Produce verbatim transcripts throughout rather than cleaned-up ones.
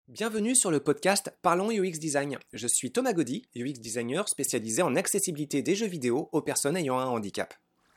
Bienvenue sur le podcast Parlons U X Design. Je suis Thomas Gaudy, U X designer spécialisé en accessibilité des jeux vidéo aux personnes ayant un handicap.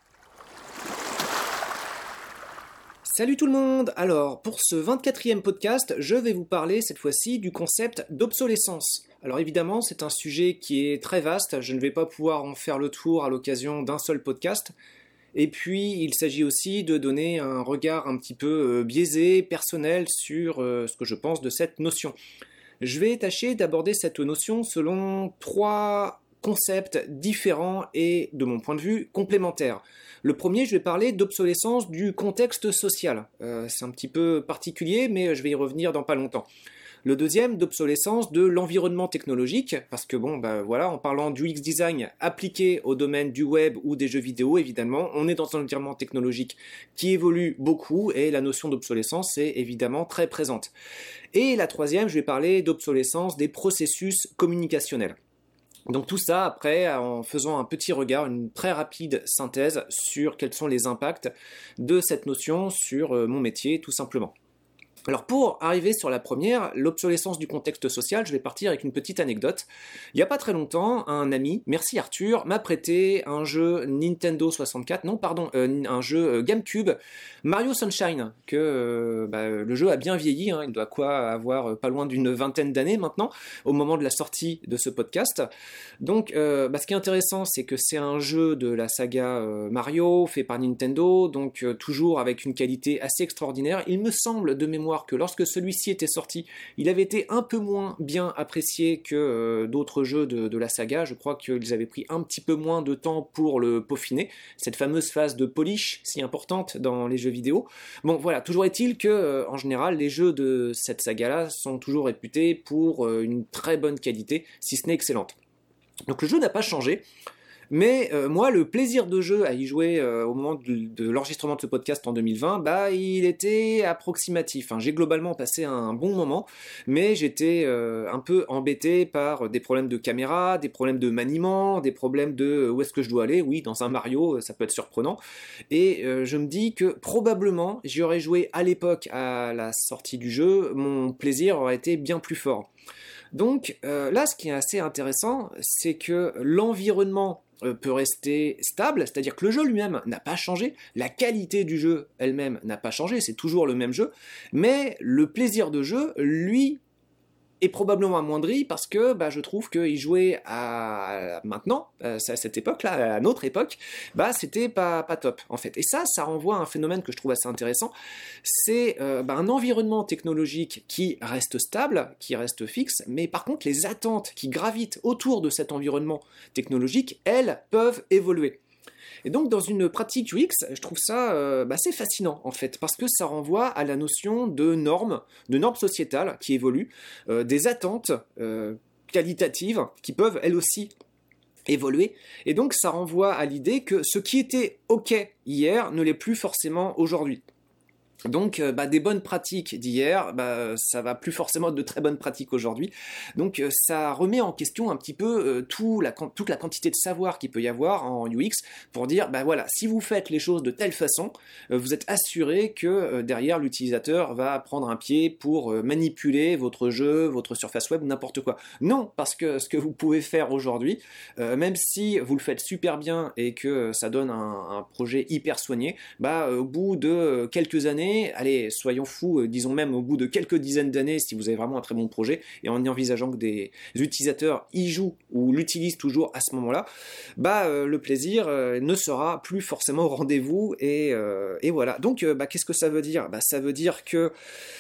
Salut tout le monde! Alors, pour ce vingt-quatrième podcast, je vais vous parler cette fois-ci du concept d'obsolescence. Alors évidemment, c'est un sujet qui est très vaste, je ne vais pas pouvoir en faire le tour à l'occasion d'un seul podcast. Et puis, il s'agit aussi de donner un regard un petit peu euh, biaisé, personnel, sur euh, ce que je pense de cette notion. Je vais tâcher d'aborder cette notion selon trois concepts différents et, de mon point de vue, complémentaires. Le premier, je vais parler d'obsolescence du contexte social. Euh, c'est un petit peu particulier, mais je vais y revenir dans pas longtemps. Le deuxième, d'obsolescence de l'environnement technologique, parce que bon, bah voilà, en parlant du U X design appliqué au domaine du web ou des jeux vidéo, évidemment, on est dans un environnement technologique qui évolue beaucoup et la notion d'obsolescence est évidemment très présente. Et la troisième, je vais parler d'obsolescence des processus communicationnels. Donc tout ça, après, en faisant un petit regard, une très rapide synthèse sur quels sont les impacts de cette notion sur mon métier, tout simplement. Alors pour arriver sur la première, l'obsolescence du contexte social, je vais partir avec une petite anecdote. Il n'y a pas très longtemps, un ami, merci Arthur, m'a prêté un jeu Nintendo soixante-quatre, non pardon, euh, un jeu GameCube, Mario Sunshine, que euh, bah, le jeu a bien vieilli, hein, il doit quoi avoir pas loin d'une vingtaine d'années maintenant, au moment de la sortie de ce podcast. Donc euh, bah, ce qui est intéressant, c'est que c'est un jeu de la saga euh, Mario, fait par Nintendo, donc euh, toujours avec une qualité assez extraordinaire. Il me semble de mémoire que lorsque celui-ci était sorti, il avait été un peu moins bien apprécié que euh, d'autres jeux de, de la saga. Je crois qu'ils avaient pris un petit peu moins de temps pour le peaufiner, cette fameuse phase de polish si importante dans les jeux vidéo. Bon voilà, toujours est-il que euh, en général les jeux de cette saga-là sont toujours réputés pour euh, une très bonne qualité, si ce n'est excellente. Donc le jeu n'a pas changé. Mais euh, moi, le plaisir de jeu à y jouer euh, au moment de, de l'enregistrement de ce podcast en deux mille vingt, bah, il était approximatif. Hein. J'ai globalement passé un bon moment, mais j'étais euh, un peu embêté par des problèmes de caméra, des problèmes de maniement, des problèmes de euh, où est-ce que je dois aller. Oui, dans un Mario, ça peut être surprenant. Et euh, je me dis que probablement, j'y aurais joué à l'époque à la sortie du jeu, mon plaisir aurait été bien plus fort. Donc euh, là, ce qui est assez intéressant, c'est que l'environnement peut rester stable, c'est-à-dire que le jeu lui-même n'a pas changé, la qualité du jeu elle-même n'a pas changé, c'est toujours le même jeu, mais le plaisir de jeu, lui, est probablement amoindri parce que bah, je trouve qu'il jouait à maintenant, à cette époque-là, à notre époque, bah, c'était pas, pas top en fait. Et ça, ça renvoie à un phénomène que je trouve assez intéressant, c'est euh, bah, un environnement technologique qui reste stable, qui reste fixe, mais par contre les attentes qui gravitent autour de cet environnement technologique, elles, peuvent évoluer. Et donc dans une pratique U X, je trouve ça euh, bah, assez fascinant en fait, parce que ça renvoie à la notion de normes, de normes sociétales qui évoluent, euh, des attentes euh, qualitatives qui peuvent elles aussi évoluer, et donc ça renvoie à l'idée que ce qui était ok hier ne l'est plus forcément aujourd'hui. Donc bah, des bonnes pratiques d'hier, bah, ça va plus forcément être de très bonnes pratiques aujourd'hui. Donc euh, ça remet en question un petit peu euh, tout la, toute la quantité de savoir qu'il peut y avoir en U X pour dire, bah voilà, si vous faites les choses de telle façon, euh, vous êtes assuré que euh, derrière l'utilisateur va prendre un pied pour euh, manipuler votre jeu, votre surface web, n'importe quoi. Non, parce que ce que vous pouvez faire aujourd'hui, euh, même si vous le faites super bien et que ça donne un, un projet hyper soigné, bah au bout de quelques années, allez, soyons fous, euh, disons même au bout de quelques dizaines d'années, si vous avez vraiment un très bon projet, et en y envisageant que des utilisateurs y jouent ou l'utilisent toujours à ce moment-là, bah euh, le plaisir euh, ne sera plus forcément au rendez-vous, et, euh, et voilà. Donc, euh, bah, qu'est-ce que ça veut dire ? Bah, ça veut dire que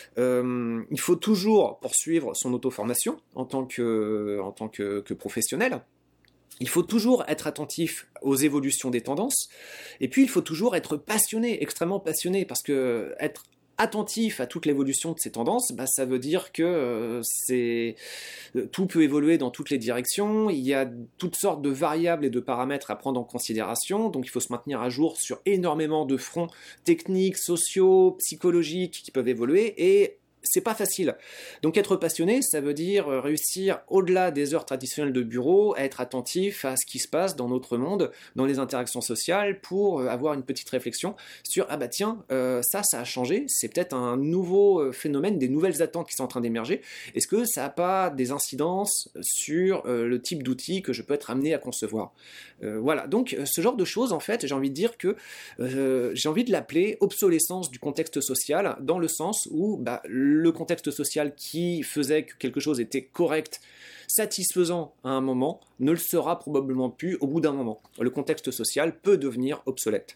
euh, il faut toujours poursuivre son auto-formation en tant que, en tant que, que professionnel. Il faut toujours être attentif aux évolutions des tendances, et puis il faut toujours être passionné, extrêmement passionné, parce que être attentif à toute l'évolution de ces tendances, bah, ça veut dire que euh, c'est... tout peut évoluer dans toutes les directions, il y a toutes sortes de variables et de paramètres à prendre en considération, donc il faut se maintenir à jour sur énormément de fronts techniques, sociaux, psychologiques qui peuvent évoluer, et c'est pas facile. Donc être passionné, ça veut dire réussir au-delà des heures traditionnelles de bureau, à être attentif à ce qui se passe dans notre monde, dans les interactions sociales, pour avoir une petite réflexion sur ah bah tiens, euh, ça, ça a changé, c'est peut-être un nouveau phénomène, des nouvelles attentes qui sont en train d'émerger. Est-ce que ça n'a pas des incidences sur euh, le type d'outils que je peux être amené à concevoir? euh, Voilà, donc ce genre de choses, en fait, j'ai envie de dire que euh, j'ai envie de l'appeler obsolescence du contexte social, dans le sens où bah, le contexte social qui faisait que quelque chose était correct, satisfaisant à un moment, ne le sera probablement plus au bout d'un moment. Le contexte social peut devenir obsolète.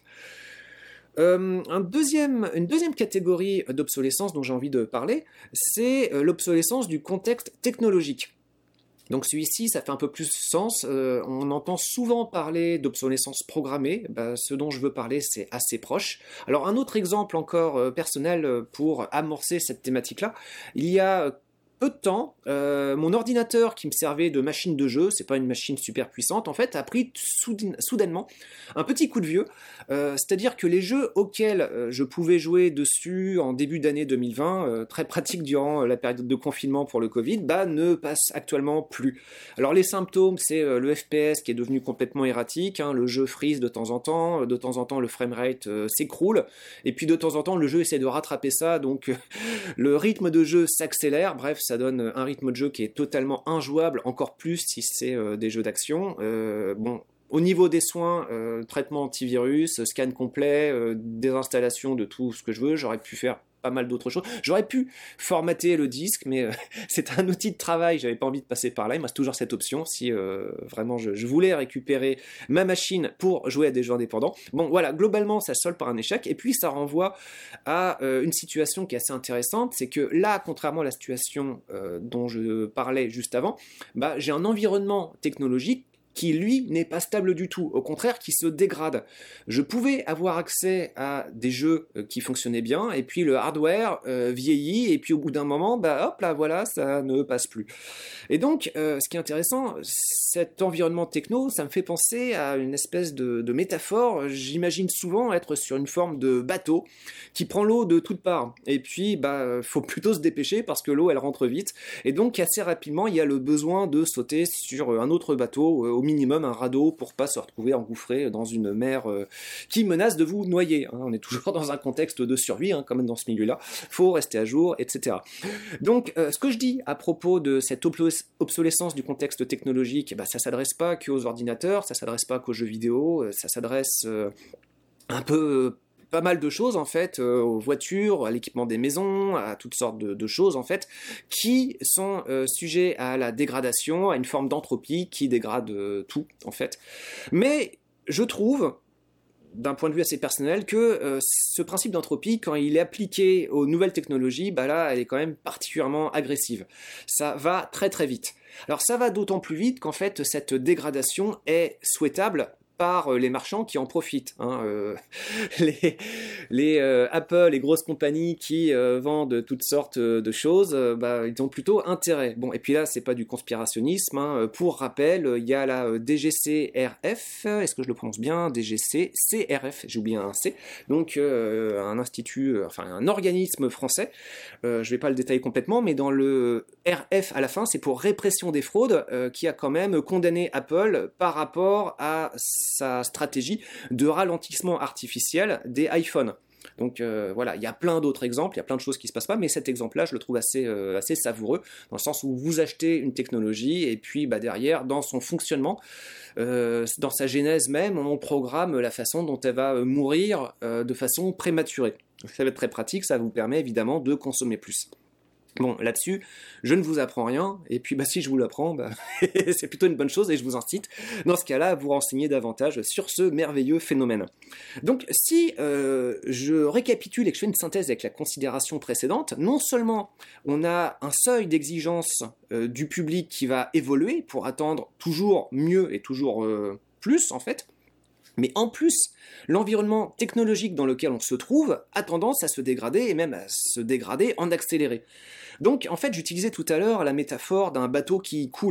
Euh, un deuxième, une deuxième catégorie d'obsolescence dont j'ai envie de parler, c'est l'obsolescence du contexte technologique. Donc celui-ci, ça fait un peu plus sens. Euh, on entend souvent parler d'obsolescence programmée. Bah, ce dont je veux parler, c'est assez proche. Alors un autre exemple encore euh, personnel pour amorcer cette thématique-là, il y a peu de temps, euh, mon ordinateur qui me servait de machine de jeu, c'est pas une machine super puissante, en fait, a pris soudainement, soudainement un petit coup de vieux. Euh, c'est-à-dire que les jeux auxquels euh, je pouvais jouer dessus en début d'année deux mille vingt, euh, très pratique durant la période de confinement pour le Covid, bah, ne passent actuellement plus. Alors les symptômes, c'est euh, le F P S qui est devenu complètement erratique, hein, le jeu freeze de temps en temps, de temps en temps le framerate euh, s'écroule, et puis de temps en temps le jeu essaie de rattraper ça, donc euh, le rythme de jeu s'accélère, bref, ça donne un rythme de jeu qui est totalement injouable, encore plus si c'est euh, des jeux d'action. Euh, bon, au niveau des soins, euh, traitement antivirus, scan complet, euh, désinstallation de tout ce que je veux, j'aurais pu faire pas mal d'autres choses. J'aurais pu formater le disque, mais euh, c'est un outil de travail, j'avais pas envie de passer par là. Il me reste toujours cette option si euh, vraiment je, je voulais récupérer ma machine pour jouer à des jeux indépendants. Bon, voilà, globalement, ça solde par un échec, et puis ça renvoie à euh, une situation qui est assez intéressante, c'est que là, contrairement à la situation euh, dont je parlais juste avant, bah, j'ai un environnement technologique qui, lui, n'est pas stable du tout, au contraire, qui se dégrade. Je pouvais avoir accès à des jeux euh, qui fonctionnaient bien, et puis le hardware euh, vieillit, et puis au bout d'un moment, bah hop là, voilà, ça ne passe plus. Et donc, euh, ce qui est intéressant, cet environnement techno, ça me fait penser à une espèce de, de métaphore. J'imagine souvent être sur une forme de bateau qui prend l'eau de toutes parts, et puis, bah, faut plutôt se dépêcher parce que l'eau, elle rentre vite, et donc assez rapidement, il y a le besoin de sauter sur un autre bateau, au minimum un radeau pour pas se retrouver engouffré dans une mer euh, qui menace de vous noyer. Hein. On est toujours dans un contexte de survie, hein, quand même dans ce milieu-là. Faut rester à jour, et cetera. Donc, euh, ce que je dis à propos de cette obsolescence du contexte technologique, bah, ça s'adresse pas qu'aux ordinateurs, ça s'adresse pas qu'aux jeux vidéo, ça s'adresse euh, un peu... Euh, pas mal de choses en fait, euh, aux voitures, à l'équipement des maisons, à toutes sortes de, de choses en fait, qui sont euh, sujets à la dégradation, à une forme d'entropie qui dégrade euh, tout en fait. Mais je trouve, d'un point de vue assez personnel, que euh, ce principe d'entropie, quand il est appliqué aux nouvelles technologies, bah là, elle est quand même particulièrement agressive. Ça va très très vite. Alors ça va d'autant plus vite qu'en fait, cette dégradation est souhaitable par les marchands qui en profitent. Hein, euh, les les euh, Apple, les grosses compagnies qui euh, vendent toutes sortes de choses, euh, bah, ils ont plutôt intérêt. Bon, et puis là, c'est pas du conspirationnisme. Hein. Pour rappel, il y a la D G C R F, est-ce que je le prononce bien? D G C C R F, j'ai oublié un C. Donc, euh, un institut, enfin un organisme français. Euh, je vais pas le détailler complètement, mais dans le R F à la fin, c'est pour répression des fraudes, euh, qui a quand même condamné Apple par rapport à sa stratégie de ralentissement artificiel des iPhones. Donc euh, voilà, il y a plein d'autres exemples, il y a plein de choses qui se passent pas, mais cet exemple-là, je le trouve assez, euh, assez savoureux, dans le sens où vous achetez une technologie, et puis bah, derrière, dans son fonctionnement, euh, dans sa genèse même, on programme la façon dont elle va mourir euh, de façon prématurée. Ça va être très pratique, ça vous permet évidemment de consommer plus. Bon, là-dessus, je ne vous apprends rien, et puis bah, si je vous l'apprends, bah, c'est plutôt une bonne chose, et je vous incite, dans ce cas-là, à vous renseigner davantage sur ce merveilleux phénomène. Donc, si euh, je récapitule et que je fais une synthèse avec la considération précédente, non seulement on a un seuil d'exigence euh, du public qui va évoluer pour attendre toujours mieux et toujours euh, plus, en fait, mais en plus, l'environnement technologique dans lequel on se trouve a tendance à se dégrader, et même à se dégrader en accéléré. Donc, en fait, j'utilisais tout à l'heure la métaphore d'un bateau qui coule.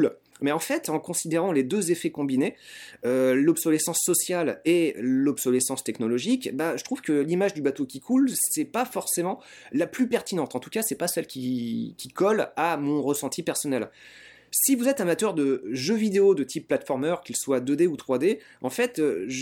Mais en fait, en considérant les deux effets combinés, euh, l'obsolescence sociale et l'obsolescence technologique, bah, je trouve que l'image du bateau qui coule, c'est pas forcément la plus pertinente. En tout cas, c'est pas celle qui, qui colle à mon ressenti personnel. Si vous êtes amateur de jeux vidéo de type platformer, qu'ils soient deux D ou trois D, en fait,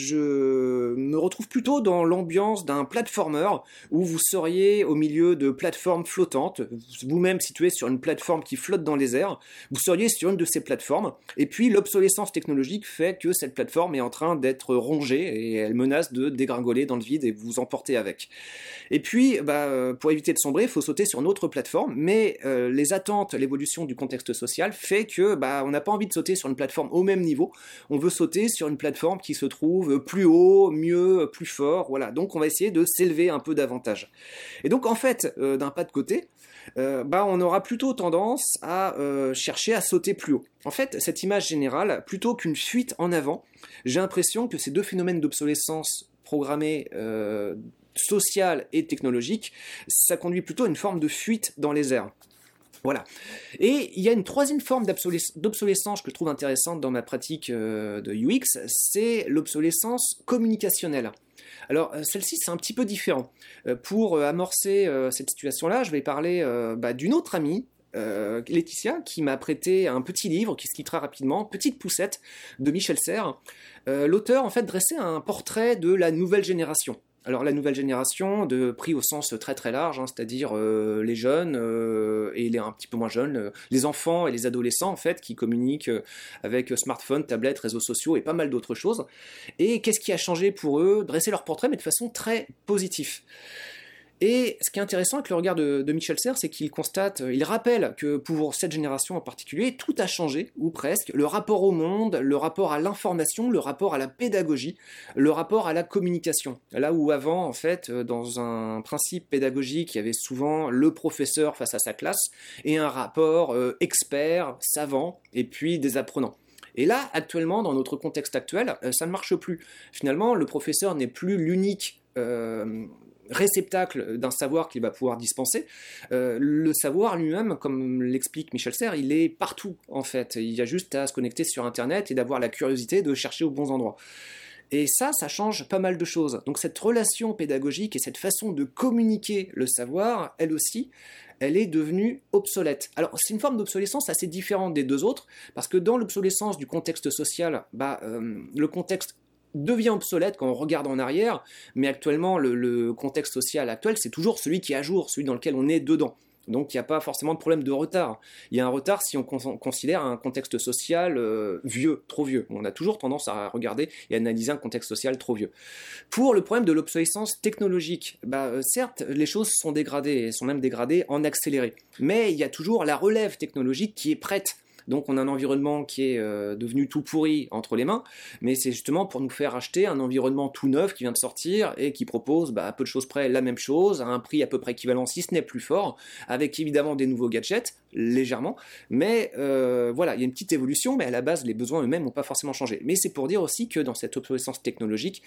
je me retrouve plutôt dans l'ambiance d'un platformer où vous seriez au milieu de plateformes flottantes, vous-même situé sur une plateforme qui flotte dans les airs, vous seriez sur une de ces plateformes, et puis l'obsolescence technologique fait que cette plateforme est en train d'être rongée et elle menace de dégringoler dans le vide et vous emporter avec. Et puis, bah, pour éviter de sombrer, il faut sauter sur une autre plateforme, mais euh, les attentes, l'évolution du contexte social fait que bah, on n'a pas envie de sauter sur une plateforme au même niveau, on veut sauter sur une plateforme qui se trouve plus haut, mieux, plus fort, voilà. Donc on va essayer de s'élever un peu davantage. Et donc en fait, euh, d'un pas de côté, euh, bah, on aura plutôt tendance à euh, chercher à sauter plus haut. En fait, cette image générale, plutôt qu'une fuite en avant, j'ai l'impression que ces deux phénomènes d'obsolescence programmée euh, sociale et technologique, ça conduit plutôt à une forme de fuite dans les airs. Voilà. Et il y a une troisième forme d'obsolescence que je trouve intéressante dans ma pratique de U X, c'est l'obsolescence communicationnelle. Alors celle-ci c'est un petit peu différent. Pour amorcer cette situation-là, je vais parler bah, d'une autre amie, euh, Laetitia, qui m'a prêté un petit livre qui se lit très rapidement, Petite poussette de Michel Serres. Euh, l'auteur en fait dressait un portrait de la nouvelle génération. Alors la nouvelle génération, de pris au sens très très large, hein, c'est-à-dire euh, les jeunes euh, et les un petit peu moins jeunes, euh, les enfants et les adolescents en fait, qui communiquent euh, avec smartphones, tablettes, réseaux sociaux et pas mal d'autres choses. Et qu'est-ce qui a changé pour eux? Dresser leur portrait, mais de façon très positive. Et ce qui est intéressant avec le regard de, de Michel Serres, c'est qu'il constate, il rappelle que pour cette génération en particulier, tout a changé, ou presque, le rapport au monde, le rapport à l'information, le rapport à la pédagogie, le rapport à la communication. Là où avant, en fait, dans un principe pédagogique, il y avait souvent le professeur face à sa classe, et un rapport euh, expert, savant, et puis des apprenants. Et là, actuellement, dans notre contexte actuel, ça ne marche plus. Finalement, le professeur n'est plus l'unique euh, réceptacle d'un savoir qu'il va pouvoir dispenser. Euh, le savoir lui-même, comme l'explique Michel Serres, il est partout, en fait. Il y a juste à se connecter sur Internet et d'avoir la curiosité de chercher aux bons endroits. Et ça, ça change pas mal de choses. Donc cette relation pédagogique et cette façon de communiquer le savoir, elle aussi, elle est devenue obsolète. Alors c'est une forme d'obsolescence assez différente des deux autres, parce que dans l'obsolescence du contexte social, bah, euh, le contexte devient obsolète quand on regarde en arrière, mais actuellement, le, le contexte social actuel, c'est toujours celui qui est à jour, celui dans lequel on est dedans. Donc il n'y a pas forcément de problème de retard. Il y a un retard si on con- considère un contexte social euh, vieux, trop vieux. On a toujours tendance à regarder et analyser un contexte social trop vieux. Pour le problème de l'obsolescence technologique, bah, euh, certes, les choses sont dégradées, et sont même dégradées en accéléré. Mais il y a toujours la relève technologique qui est prête. Donc on a un environnement qui est euh, devenu tout pourri entre les mains, mais c'est justement pour nous faire acheter un environnement tout neuf qui vient de sortir et qui propose bah, à peu de choses près la même chose, à un prix à peu près équivalent si ce n'est plus fort, avec évidemment des nouveaux gadgets, légèrement, mais euh, voilà, il y a une petite évolution, mais à la base les besoins eux-mêmes n'ont pas forcément changé. Mais c'est pour dire aussi que dans cette obsolescence technologique,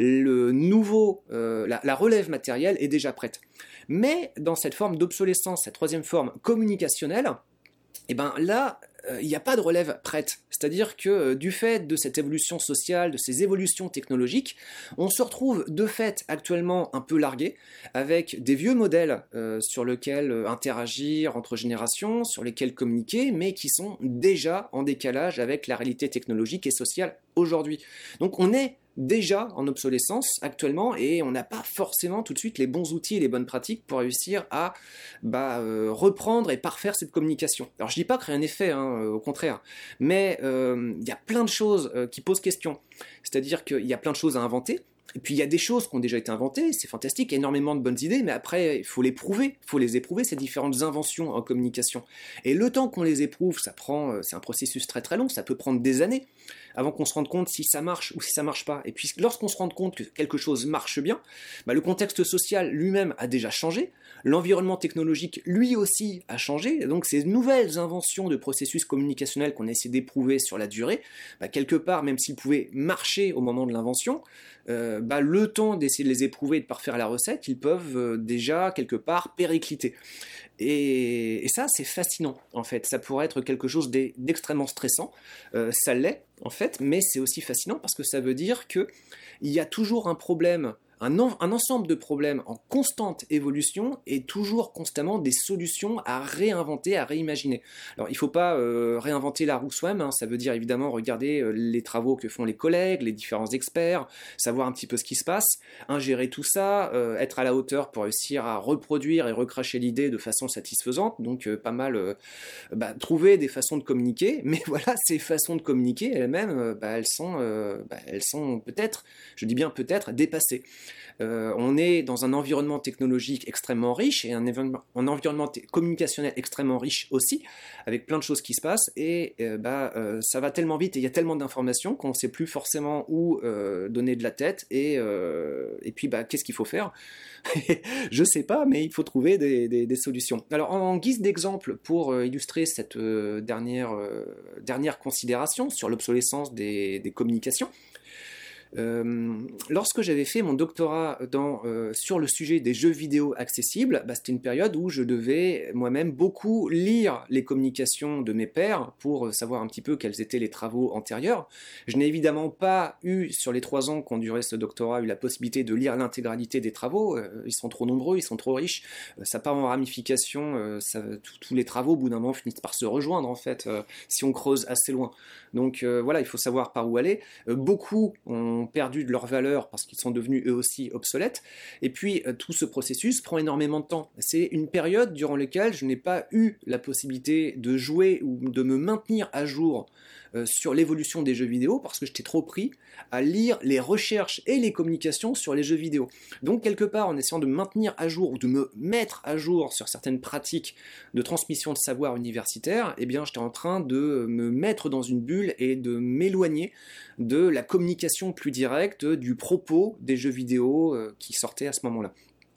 le nouveau, euh, la, la relève matérielle est déjà prête. Mais dans cette forme d'obsolescence, cette troisième forme communicationnelle, et ben là, il euh, n'y a pas de relève prête. C'est-à-dire que euh, du fait de cette évolution sociale, de ces évolutions technologiques, on se retrouve de fait actuellement un peu largué, avec des vieux modèles euh, sur lesquels euh, interagir entre générations, sur lesquels communiquer, mais qui sont déjà en décalage avec la réalité technologique et sociale aujourd'hui. Donc on est déjà en obsolescence actuellement et on n'a pas forcément tout de suite les bons outils et les bonnes pratiques pour réussir à bah, euh, reprendre et parfaire cette communication. Alors je dis pas que rien n'est fait, hein, euh, au contraire, mais il euh, y a plein de choses euh, qui posent question. C'est-à-dire qu'il y a plein de choses à inventer, et puis il y a des choses qui ont déjà été inventées, c'est fantastique, énormément de bonnes idées, mais après il faut les prouver, il faut les éprouver, ces différentes inventions en communication. Et le temps qu'on les éprouve, ça prend, c'est un processus très très long, ça peut prendre des années, avant qu'on se rende compte si ça marche ou si ça marche pas. Et puis lorsqu'on se rend compte que quelque chose marche bien, bah, le contexte social lui-même a déjà changé, l'environnement technologique lui aussi a changé, donc ces nouvelles inventions de processus communicationnels qu'on a essayé d'éprouver sur la durée, bah, quelque part, même s'ils pouvaient marcher au moment de l'invention, euh, bah, le temps d'essayer de les éprouver et de parfaire la recette, ils peuvent euh, déjà quelque part péricliter. Et, et ça, c'est fascinant, en fait. Ça pourrait être quelque chose d'extrêmement stressant. Euh, ça l'est, en fait, mais c'est aussi fascinant parce que ça veut dire qu'il y a toujours un problème, un, en, un ensemble de problèmes en constante évolution et toujours constamment des solutions à réinventer, à réimaginer. Alors, il ne faut pas euh, réinventer la roue soi-même, hein. Ça veut dire évidemment regarder euh, les travaux que font les collègues, les différents experts, savoir un petit peu ce qui se passe, ingérer tout ça, euh, être à la hauteur pour réussir à reproduire et recracher l'idée de façon satisfaisante, donc euh, pas mal euh, bah, trouver des façons de communiquer, mais voilà, ces façons de communiquer elles-mêmes, euh, bah, elles sont, euh, bah, elles sont peut-être, je dis bien peut-être, dépassées. Euh, on est dans un environnement technologique extrêmement riche et un, événement, un environnement t- communicationnel extrêmement riche aussi, avec plein de choses qui se passent, et euh, bah, euh, ça va tellement vite et il y a tellement d'informations qu'on ne sait plus forcément où euh, donner de la tête, et, euh, et puis bah, qu'est-ce qu'il faut faire? Je sais pas, mais il faut trouver des, des, des solutions. Alors, en, en guise d'exemple, pour euh, illustrer cette euh, dernière, euh, dernière considération sur l'obsolescence des, des communications, Euh, lorsque j'avais fait mon doctorat dans, euh, sur le sujet des jeux vidéo accessibles, bah, c'était une période où je devais moi-même beaucoup lire les communications de mes pairs pour savoir un petit peu quels étaient les travaux antérieurs. Je n'ai évidemment pas eu, sur les trois ans qu'ont duré ce doctorat, eu la possibilité de lire l'intégralité des travaux. Euh, ils sont trop nombreux, ils sont trop riches, euh, ça part en ramification, euh, ça, tous les travaux au bout d'un moment finissent par se rejoindre en fait, euh, si on creuse assez loin. Donc euh, voilà, il faut savoir par où aller. Euh, beaucoup ont perdu de leur valeur parce qu'ils sont devenus eux aussi obsolètes. Et puis euh, tout ce processus prend énormément de temps. C'est une période durant laquelle je n'ai pas eu la possibilité de jouer ou de me maintenir à jour euh, sur l'évolution des jeux vidéo parce que j'étais trop pris à lire les recherches et les communications sur les jeux vidéo. Donc quelque part, en essayant de me maintenir à jour ou de me mettre à jour sur certaines pratiques de transmission de savoir universitaire, eh bien j'étais en train de me mettre dans une bulle et de m'éloigner de la communication plus directe du propos des jeux vidéo euh, qui sortaient à ce moment-là.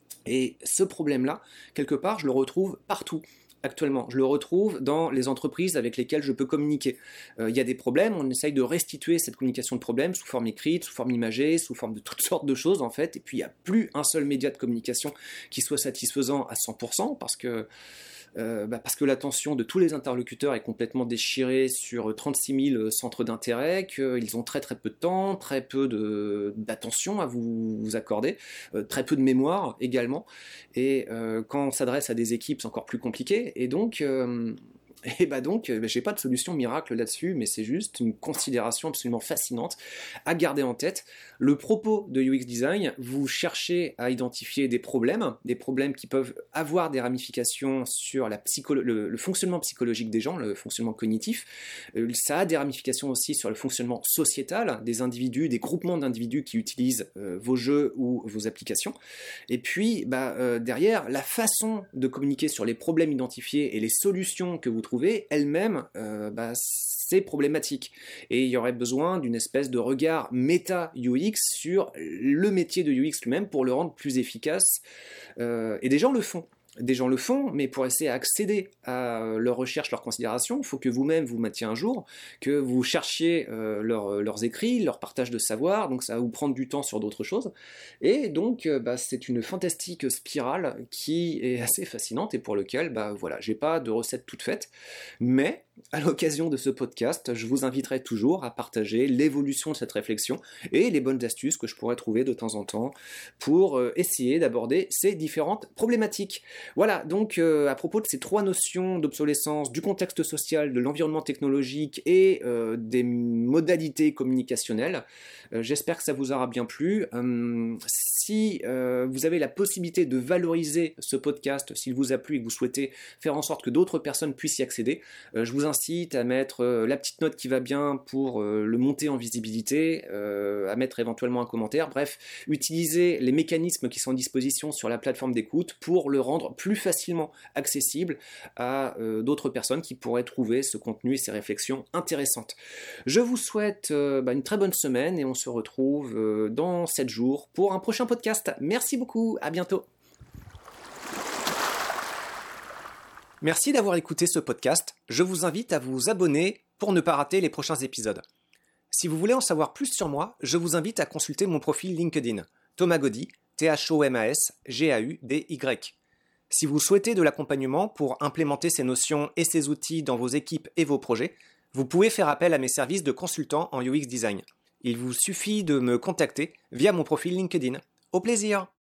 Et ce problème-là, quelque part, je le retrouve partout. Actuellement, je le retrouve dans les entreprises avec lesquelles je peux communiquer. Il euh, y a des problèmes, on essaye de restituer cette communication de problèmes sous forme écrite, sous forme imagée, sous forme de toutes sortes de choses en fait, et puis il n'y a plus un seul média de communication qui soit satisfaisant à cent pour cent, parce que Euh, bah parce que l'attention de tous les interlocuteurs est complètement déchirée sur trente-six mille centres d'intérêt, qu'ils ont très très peu de temps, très peu de, d'attention à vous, vous accorder, euh, très peu de mémoire également, et euh, quand on s'adresse à des équipes c'est encore plus compliqué, et donc... Euh, Et bah donc, bah j'ai pas de solution miracle là-dessus, mais c'est juste une considération absolument fascinante à garder en tête. Le propos de U X Design, vous cherchez à identifier des problèmes, des problèmes qui peuvent avoir des ramifications sur la psycholo- le, le fonctionnement psychologique des gens, le fonctionnement cognitif. Euh, ça a des ramifications aussi sur le fonctionnement sociétal des individus, des groupements d'individus qui utilisent euh, vos jeux ou vos applications. Et puis, bah, euh, derrière, la façon de communiquer sur les problèmes identifiés et les solutions que vous trouvez elle-même, euh, bah, c'est problématique. Et il y aurait besoin d'une espèce de regard méta-U X sur le métier de U X lui-même pour le rendre plus efficace. Euh, et des gens le font. Des gens le font, mais pour essayer d'accéder à leurs recherches, leurs considérations, il faut que vous-même vous mettiez un jour, que vous cherchiez euh, leur, leurs écrits, leur partage de savoir, donc ça va vous prendre du temps sur d'autres choses. Et donc, euh, bah, c'est une fantastique spirale qui est assez fascinante et pour lequel, bah, voilà, j'ai pas de recette toute faite, mais à l'occasion de ce podcast, je vous inviterai toujours à partager l'évolution de cette réflexion et les bonnes astuces que je pourrais trouver de temps en temps pour euh, essayer d'aborder ces différentes problématiques. Voilà, donc euh, à propos de ces trois notions d'obsolescence, du contexte social, de l'environnement technologique et euh, des modalités communicationnelles, euh, j'espère que ça vous aura bien plu. Euh, si euh, vous avez la possibilité de valoriser ce podcast, s'il vous a plu et que vous souhaitez faire en sorte que d'autres personnes puissent y accéder, euh, je vous incite à mettre euh, la petite note qui va bien pour euh, le monter en visibilité, euh, à mettre éventuellement un commentaire, bref, utiliser les mécanismes qui sont à disposition sur la plateforme d'écoute pour le rendre plus facilement accessible à euh, d'autres personnes qui pourraient trouver ce contenu et ces réflexions intéressantes. Je vous souhaite euh, bah, une très bonne semaine et on se retrouve euh, dans sept jours pour un prochain podcast. Merci beaucoup, à bientôt. Merci d'avoir écouté ce podcast. Je vous invite à vous abonner pour ne pas rater les prochains épisodes. Si vous voulez en savoir plus sur moi, je vous invite à consulter mon profil LinkedIn, Thomas Gaudy, T H O M A S G A U D Y. Si vous souhaitez de l'accompagnement pour implémenter ces notions et ces outils dans vos équipes et vos projets, vous pouvez faire appel à mes services de consultant en U X Design. Il vous suffit de me contacter via mon profil LinkedIn. Au plaisir!